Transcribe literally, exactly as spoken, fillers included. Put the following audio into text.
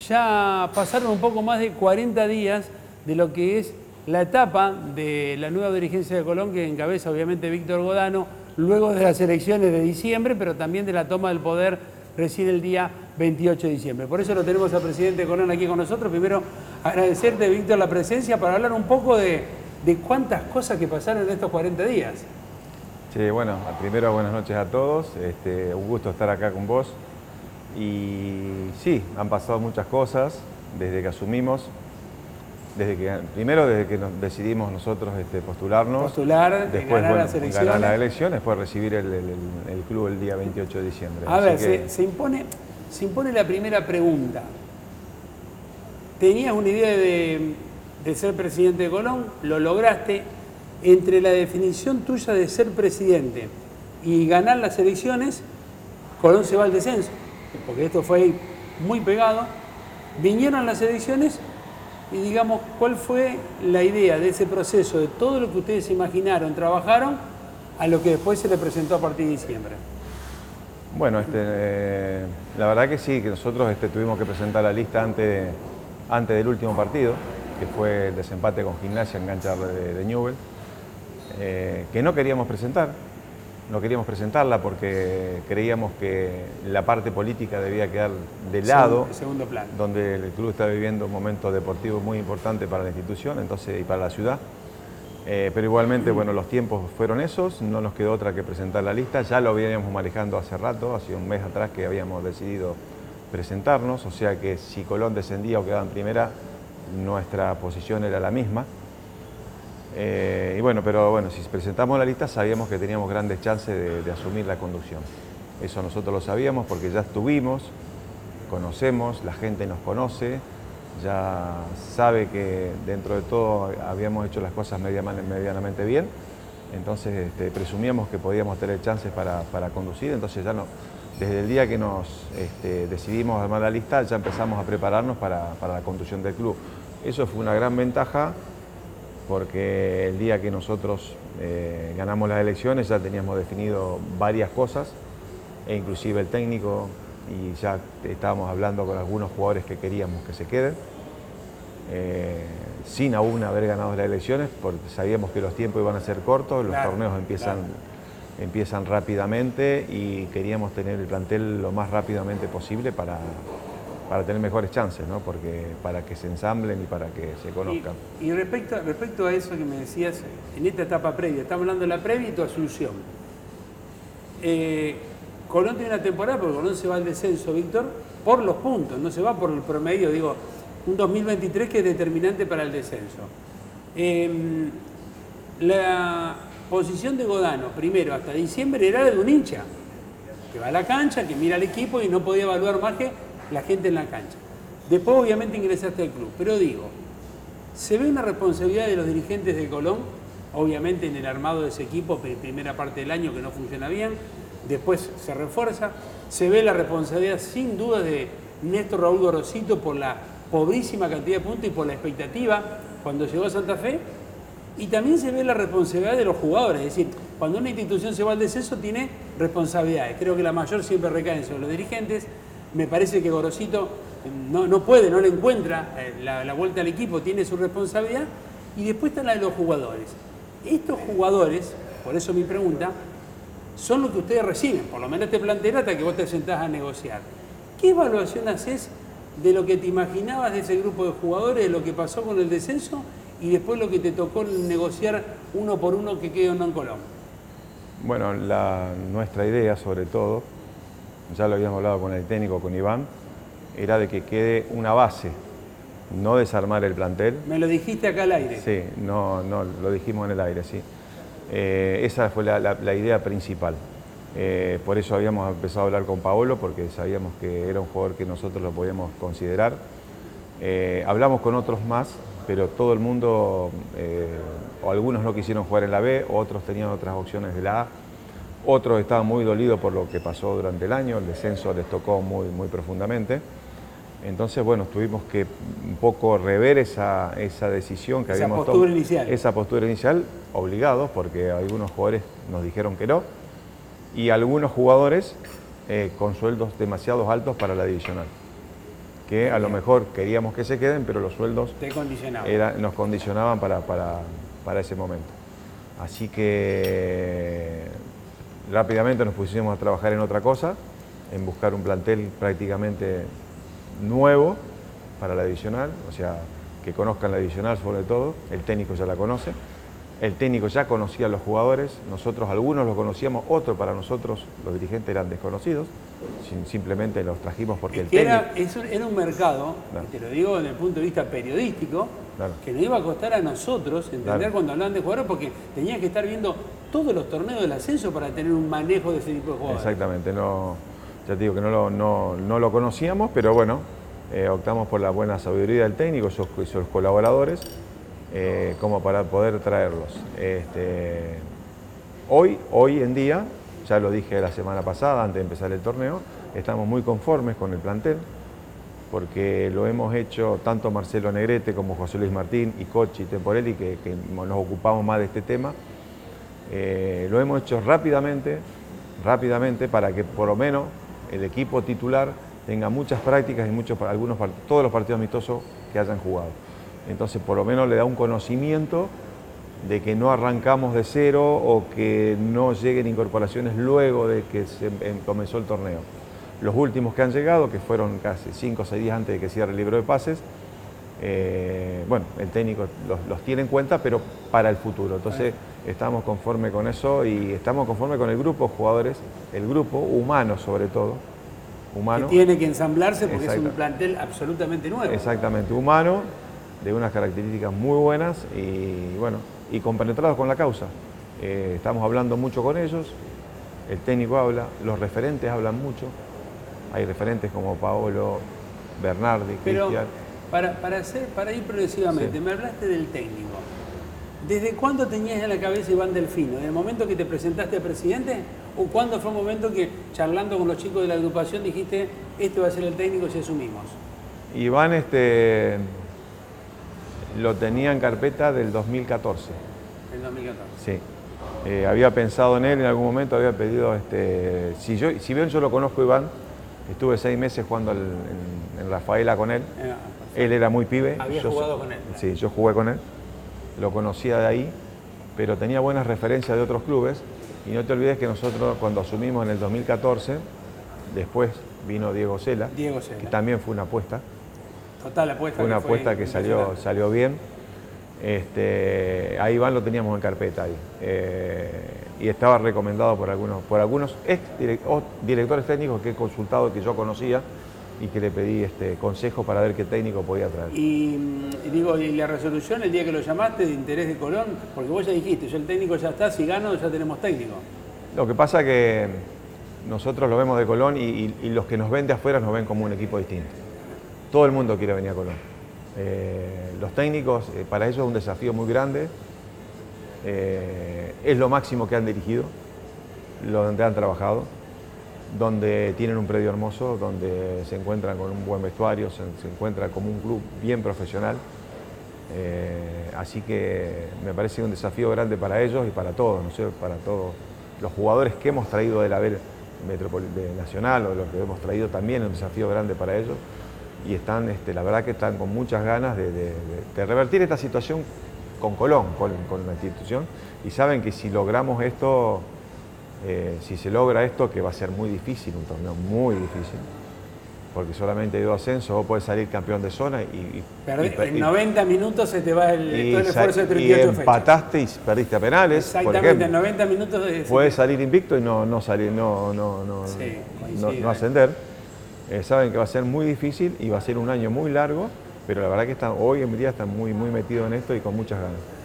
Ya pasaron un poco más de cuarenta días de lo que es la etapa de la nueva dirigencia de Colón, que encabeza obviamente Víctor Godano, luego de las elecciones de diciembre, pero también de la toma del poder recién el día veintiocho de diciembre. Por eso lo tenemos al presidente Colón aquí con nosotros. Primero, agradecerte, Víctor, la presencia para hablar un poco de, de cuántas cosas que pasaron en estos cuarenta días. Sí, bueno, primero buenas noches a todos, este, un gusto estar acá con vos. Y sí, han pasado muchas cosas desde que asumimos, desde que, primero desde que nos decidimos nosotros este, postularnos, Postular, después ganar bueno, las elecciones. ganar las elecciones, después recibir el, el, el club el día veintiocho de diciembre. A Así ver, que... se, se, impone, se impone la primera pregunta. ¿Tenías una idea de, de ser presidente de Colón? ¿Lo lograste? Entre la definición tuya de ser presidente y ganar las elecciones, Colón se va al descenso, porque esto fue muy pegado. Vinieron las elecciones y digamos, ¿cuál fue la idea de ese proceso, de todo lo que ustedes imaginaron, trabajaron, a lo que después se le presentó a partir de diciembre? Bueno, este, eh, la verdad que sí, que nosotros este, tuvimos que presentar la lista antes, antes del último partido, que fue el desempate con Gimnasia en cancha de, de Newell, eh, que no queríamos presentar. No queríamos presentarla porque creíamos que la parte política debía quedar de lado, segundo, segundo plano, donde el club está viviendo un momento deportivo muy importante para la institución entonces, y para la ciudad. Eh, pero igualmente, bueno, los tiempos fueron esos, no nos quedó otra que presentar la lista. Ya lo veníamos manejando hace rato, hace un mes atrás que habíamos decidido presentarnos, o sea que si Colón descendía o quedaba en primera, nuestra posición era la misma. Eh, y bueno, pero bueno, si presentamos la lista sabíamos que teníamos grandes chances de, de asumir la conducción. Eso nosotros lo sabíamos porque ya estuvimos, conocemos, la gente nos conoce, ya sabe que dentro de todo habíamos hecho las cosas medianamente bien, entonces este, presumíamos que podíamos tener chances para, para conducir, entonces ya no, desde el día que nos este, decidimos armar la lista ya empezamos a prepararnos para, para la conducción del club. Eso fue una gran ventaja, porque el día que nosotros eh, ganamos las elecciones ya teníamos definido varias cosas, e inclusive el técnico, y ya estábamos hablando con algunos jugadores que queríamos que se queden, eh, sin aún haber ganado las elecciones, porque sabíamos que los tiempos iban a ser cortos, los claro, torneos empiezan, claro. empiezan rápidamente y queríamos tener el plantel lo más rápidamente posible para... para tener mejores chances, ¿no? Porque para que se ensamblen y para que se conozcan. Y, y respecto, respecto a eso que me decías, en esta etapa previa, estamos hablando de la previa y tu asunción. Eh, Colón tiene una temporada, porque Colón se va al descenso, Víctor, por los puntos, no se va por el promedio, digo, un dos mil veintitrés que es determinante para el descenso. Eh, la posición de Godano, primero, hasta diciembre, era de un hincha, que va a la cancha, que mira al equipo y no podía evaluar más que la gente en la cancha. Después obviamente ingresaste al club, pero digo, ¿se ve una responsabilidad de los dirigentes de Colón? Obviamente en el armado de ese equipo, primera parte del año que no funciona bien, después se refuerza, se ve la responsabilidad sin duda de Néstor Raúl Gorosito por la pobrísima cantidad de puntos y por la expectativa cuando llegó a Santa Fe, y también se ve la responsabilidad de los jugadores, es decir, cuando una institución se va al descenso tiene responsabilidades, creo que la mayor siempre recae sobre los dirigentes. Me parece que Gorosito no, no puede, no le encuentra la, la vuelta al equipo, tiene su responsabilidad. Y después está la de los jugadores. Estos jugadores, por eso mi pregunta, son los que ustedes reciben, por lo menos te plantea hasta que vos te sentás a negociar. ¿Qué evaluación haces de lo que te imaginabas de ese grupo de jugadores, de lo que pasó con el descenso y después lo que te tocó negociar uno por uno que quede o no en Colón? Bueno, la, nuestra idea sobre todo, ya lo habíamos hablado con el técnico, con Iván, era de que quede una base, no desarmar el plantel. Me lo dijiste acá al aire. Sí, no, no lo dijimos en el aire, sí. Eh, esa fue la, la, la idea principal. Eh, por eso habíamos empezado a hablar con Paolo, porque sabíamos que era un jugador que nosotros lo podíamos considerar. Eh, hablamos con otros más, pero todo el mundo, eh, o algunos no quisieron jugar en la B, otros tenían otras opciones de la A. Otros estaban muy dolidos por lo que pasó durante el año, el descenso les tocó muy, muy profundamente. Entonces, bueno, tuvimos que un poco rever esa, esa decisión que esa habíamos tomado. Esa postura inicial. Esa postura inicial, obligados, porque algunos jugadores nos dijeron que no, y algunos jugadores eh, con sueldos demasiado altos para la divisional, que a lo mejor queríamos que se queden, pero los sueldos Te condicionaban. era, nos condicionaban para, para, para ese momento. Así que rápidamente nos pusimos a trabajar en otra cosa, en buscar un plantel prácticamente nuevo para la divisional, o sea, que conozcan la divisional sobre todo, el técnico ya la conoce, el técnico ya conocía a los jugadores, nosotros algunos los conocíamos, otros para nosotros los dirigentes eran desconocidos, simplemente los trajimos porque el técnico... Era, eso era un mercado, Claro. y te lo digo desde el punto de vista periodístico, Claro. que nos iba a costar a nosotros entender Claro. cuando hablaban de jugadores, porque tenías que estar viendo todos los torneos del ascenso para tener un manejo de ese tipo de jugadores. Exactamente, no, ya te digo que no lo, no, no lo conocíamos, pero bueno, eh, optamos por la buena sabiduría del técnico y sus, y sus colaboradores, eh, como para poder traerlos. Este, hoy, hoy en día, ya lo dije la semana pasada, antes de empezar el torneo, estamos muy conformes con el plantel, porque lo hemos hecho tanto Marcelo Negrete como José Luis Martín y Cochi Temporelli, que, que nos ocupamos más de este tema. Eh, lo hemos hecho rápidamente, rápidamente para que por lo menos el equipo titular tenga muchas prácticas y muchos, algunos, todos los partidos amistosos que hayan jugado. Entonces por lo menos le da un conocimiento de que no arrancamos de cero o que no lleguen incorporaciones luego de que se comenzó el torneo. Los últimos que han llegado, que fueron casi cinco o seis días antes de que cierre el libro de pases, eh, bueno, el técnico los, los tiene en cuenta, pero para el futuro. Entonces estamos conformes con eso y estamos conformes con el grupo de jugadores, el grupo humano sobre todo, humano. Que tiene que ensamblarse porque Exacto. es un plantel absolutamente nuevo. Exactamente, humano, de unas características muy buenas y bueno, y compenetrados con la causa. Eh, estamos hablando mucho con ellos, el técnico habla, los referentes hablan mucho. Hay referentes como Paolo, Bernardi, Pero Cristian. para, para, hacer, para ir progresivamente, Sí. me hablaste del técnico. ¿Desde cuándo tenías en la cabeza Iván Delfino? ¿En el momento que te presentaste a presidente? ¿O cuándo fue el momento que, charlando con los chicos de la agrupación, dijiste, este va a ser el técnico si asumimos? Iván este, lo tenía en carpeta del dos mil catorce. En dos mil catorce. Sí. Eh, había pensado en él en algún momento, había pedido, este, si, yo, si bien yo lo conozco a Iván, estuve seis meses jugando al, en, en Rafaela con él, Eh, él era muy pibe. Había yo, jugado con él. Sí, yo jugué con él, lo conocía de ahí, pero tenía buenas referencias de otros clubes y no te olvides que nosotros cuando asumimos en el dos mil catorce, después vino Diego Sela, Diego Sela. que también fue una apuesta, Total apuesta. fue una que apuesta que salió, impresionante. salió bien. Este, a Iván lo teníamos en carpeta ahí eh, y estaba recomendado por algunos, por algunos ex directores técnicos que he consultado, que yo conocía y que le pedí este consejo para ver qué técnico podía traer. Y, y digo, y la resolución el día que lo llamaste de interés de Colón, porque vos ya dijiste, yo el técnico ya está, si gano ya tenemos técnico. Lo que pasa es que nosotros lo vemos de Colón y, y, y los que nos ven de afuera nos ven como un equipo distinto. Todo el mundo quiere venir a Colón. Eh, los técnicos, eh, para ellos es un desafío muy grande, eh, es lo máximo que han dirigido, lo donde han trabajado, donde tienen un predio hermoso, donde se encuentran con un buen vestuario, se, se encuentran como un club bien profesional, eh, así que me parece un desafío grande para ellos y para todos, ¿no sé? Para todos los jugadores que hemos traído de la B de Nacional o los que hemos traído también es un desafío grande para ellos. Y están, este, la verdad que están con muchas ganas de, de, de, de revertir esta situación con Colón, con, con la institución, y saben que si logramos esto, eh, si se logra esto, que va a ser muy difícil, un torneo muy difícil, porque solamente hay dos ascensos, vos podés salir campeón de zona y... y, Perdés, y en noventa minutos se te va el, y, todo el esfuerzo de y treinta y ocho fechas. empataste y perdiste a penales, Exactamente, por ejemplo. en noventa minutos... De, Puedes salir invicto y no, no, salir, no, no, no, Sí, no, coincido, no ascender. Eh, saben que va a ser muy difícil y va a ser un año muy largo, pero la verdad que están, hoy en día están muy, muy metidos en esto y con muchas ganas.